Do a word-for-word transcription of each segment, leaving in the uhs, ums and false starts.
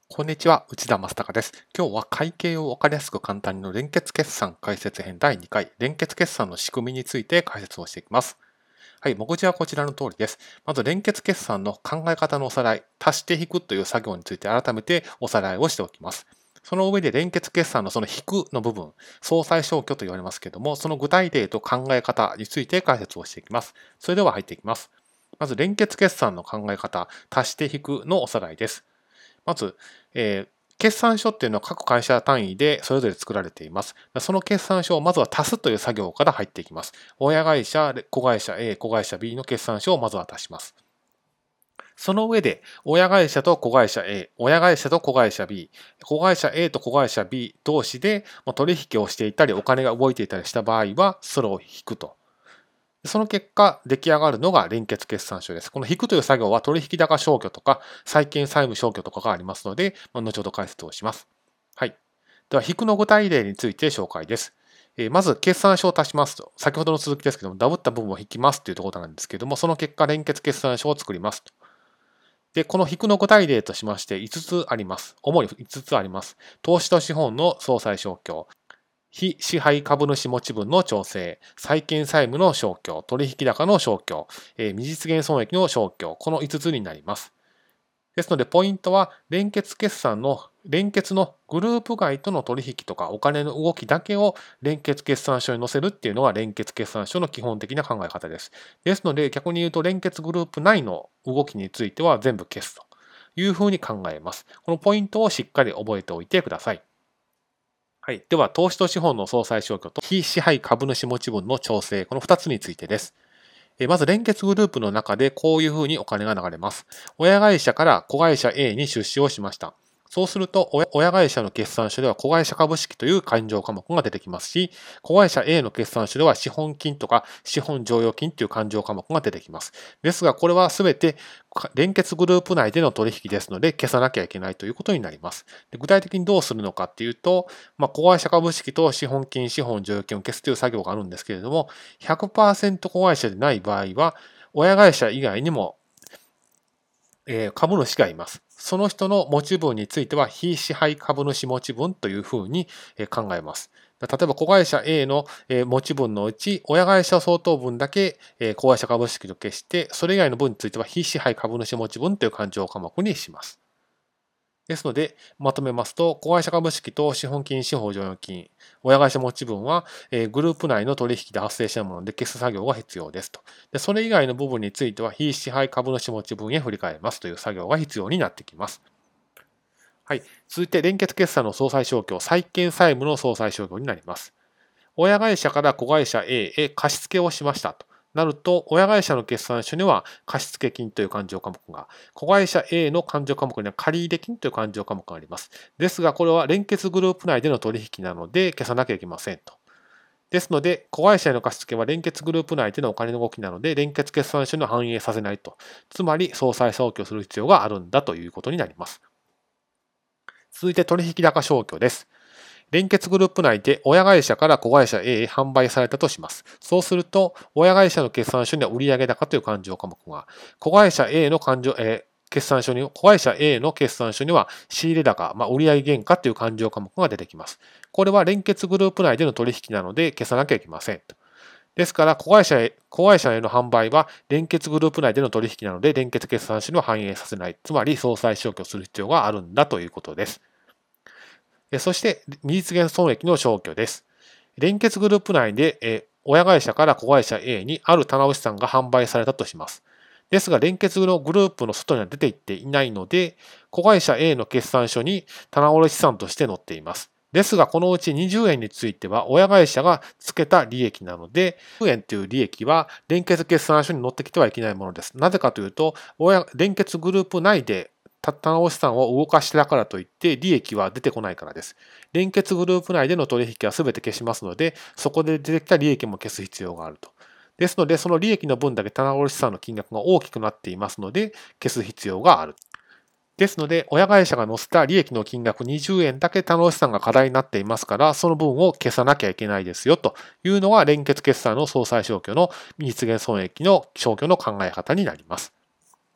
こんにちは、内田正孝です。今日は会計をわかりやすく簡単の連結決算解説編だいにかい、連結決算の仕組みについて解説をしていきます。はい、目次はこちらの通りです。まず連結決算の考え方のおさらい、足して引くという作業について改めておさらいをしておきます。その上で連結決算のその引くの部分、総裁消去と言われますけれども、その具体例と考え方について解説をしていきます。それでは入っていきます。まず連結決算の考え方、足して引くのおさらいです。まず、えー決算書っていうのは各会社単位でそれぞれ作られています。その決算書をまずは足すという作業から入っていきます。親会社、子会社 A、子会社 B の決算書をまずは足します。その上で、親会社と子会社 A、親会社と子会社 B、子会社 A と子会社 B 同士で取引をしていたり、お金が動いていたりした場合は、それを引くと。その結果、出来上がるのが連結決算書です。この引くという作業は取引高消去とか債権債務消去とかがありますので、まあ、後ほど解説をします。はい。では、引くの具体例について紹介です。えーまず、決算書を足しますと。先ほどの続きですけども、ダブった部分を引きますというところなんですけども、その結果、連結決算書を作りますと。で、この引くの具体例としましていつつあります。主にいつつあります。投資と資本の総裁消去、非支配株主持ち分の調整、債権債務の消去、取引高の消去、えー未実現損益の消去、このいつつになります。ですので、ポイントは、連結決算の、連結のグループ外との取引とかお金の動きだけを連結決算書に載せるっていうのが連結決算書の基本的な考え方です。ですので、逆に言うと、連結グループ内の動きについては全部消すというふうに考えます。このポイントをしっかり覚えておいてください。はい。では、投資と資本の総裁消去と非支配株主持ち分の調整、このふたつについてです。まず、連結グループの中でこういうふうにお金が流れます。親会社から子会社 A に出資をしました。そうすると、親会社の決算書では子会社株式という勘定科目が出てきますし、子会社 A の決算書では資本金とか資本剰余金という勘定科目が出てきます。ですが、これはすべて連結グループ内での取引ですので、消さなきゃいけないということになります。で具体的にどうするのかっていうと、まあ、子会社株式と資本金、資本剰余金を消すという作業があるんですけれども、ひゃくパーセント 子会社でない場合は、親会社以外にもえー、株主がいます。その人の持ち分については、非支配株主持ち分というふうに考えます。例えば、子会社 A の持ち分のうち、親会社相当分だけ子会社株式と消して、それ以外の分については、非支配株主持ち分という勘定科目にします。ですので、まとめますと、子会社株式と資本金、資本剰余金、親会社持ち分は、グループ内の取引で発生したもので消す作業が必要ですと。で、それ以外の部分については、非支配株主持ち分へ振り替えますという作業が必要になってきます。はい。続いて、連結決算の総裁消去、債権債務の総裁消去になります。親会社から子会社 A へ貸付をしましたとなると、親会社の決算書には貸付金という勘定科目が、子会社 A の勘定科目には借入金という勘定科目があります。ですが、これは連結グループ内での取引なので消さなきゃいけませんと。ですので、子会社への貸付は連結グループ内でのお金の動きなので、連結決算書に反映させないと。つまり、総裁消去する必要があるんだということになります。続いて、取引高消去です。連結グループ内で親会社から子会社 A へ販売されたとします。そうすると、親会社の決算書には売上高という勘定科目が、子会社 A の勘定、えー決算書に、子会社 A の決算書には仕入れ高、まあ、売上原価という勘定科目が出てきます。これは連結グループ内での取引なので消さなきゃいけません。ですから、子会社へ、子会社への販売は連結グループ内での取引なので、連結決算書には反映させない。つまり、総裁消去する必要があるんだということです。そして、未実現損益の消去です。連結グループ内で、親会社から子会社 A にある棚卸資産が販売されたとします。ですが、連結のグループの外には出ていっていないので、子会社 A の決算書に棚卸資産として載っています。ですが、このうちにじゅうえんについては、親会社が付けた利益なので、じゅうえんという利益は、連結決算書に載ってきてはいけないものです。なぜかというと、連結グループ内で棚卸資産を動かしてたからといって利益は出てこないからです。連結グループ内での取引は全て消しますので、そこで出てきた利益も消す必要があると。ですので、その利益の分だけ棚卸資産の金額が大きくなっていますので、消す必要がある。ですので、親会社が載せた利益の金額にじゅうえんだけ棚卸資産が課題になっていますから、その分を消さなきゃいけないですよというのが連結決算の総裁消去の実現損益の消去の考え方になります。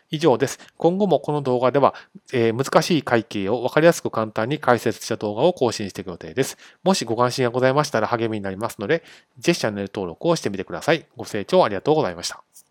以上です。今後もこの動画では、えー難しい会計を分かりやすく簡単に解説した動画を更新していく予定です。もしご関心がございましたら励みになりますので、ぜひチャンネル登録をしてみてください。ご清聴ありがとうございました。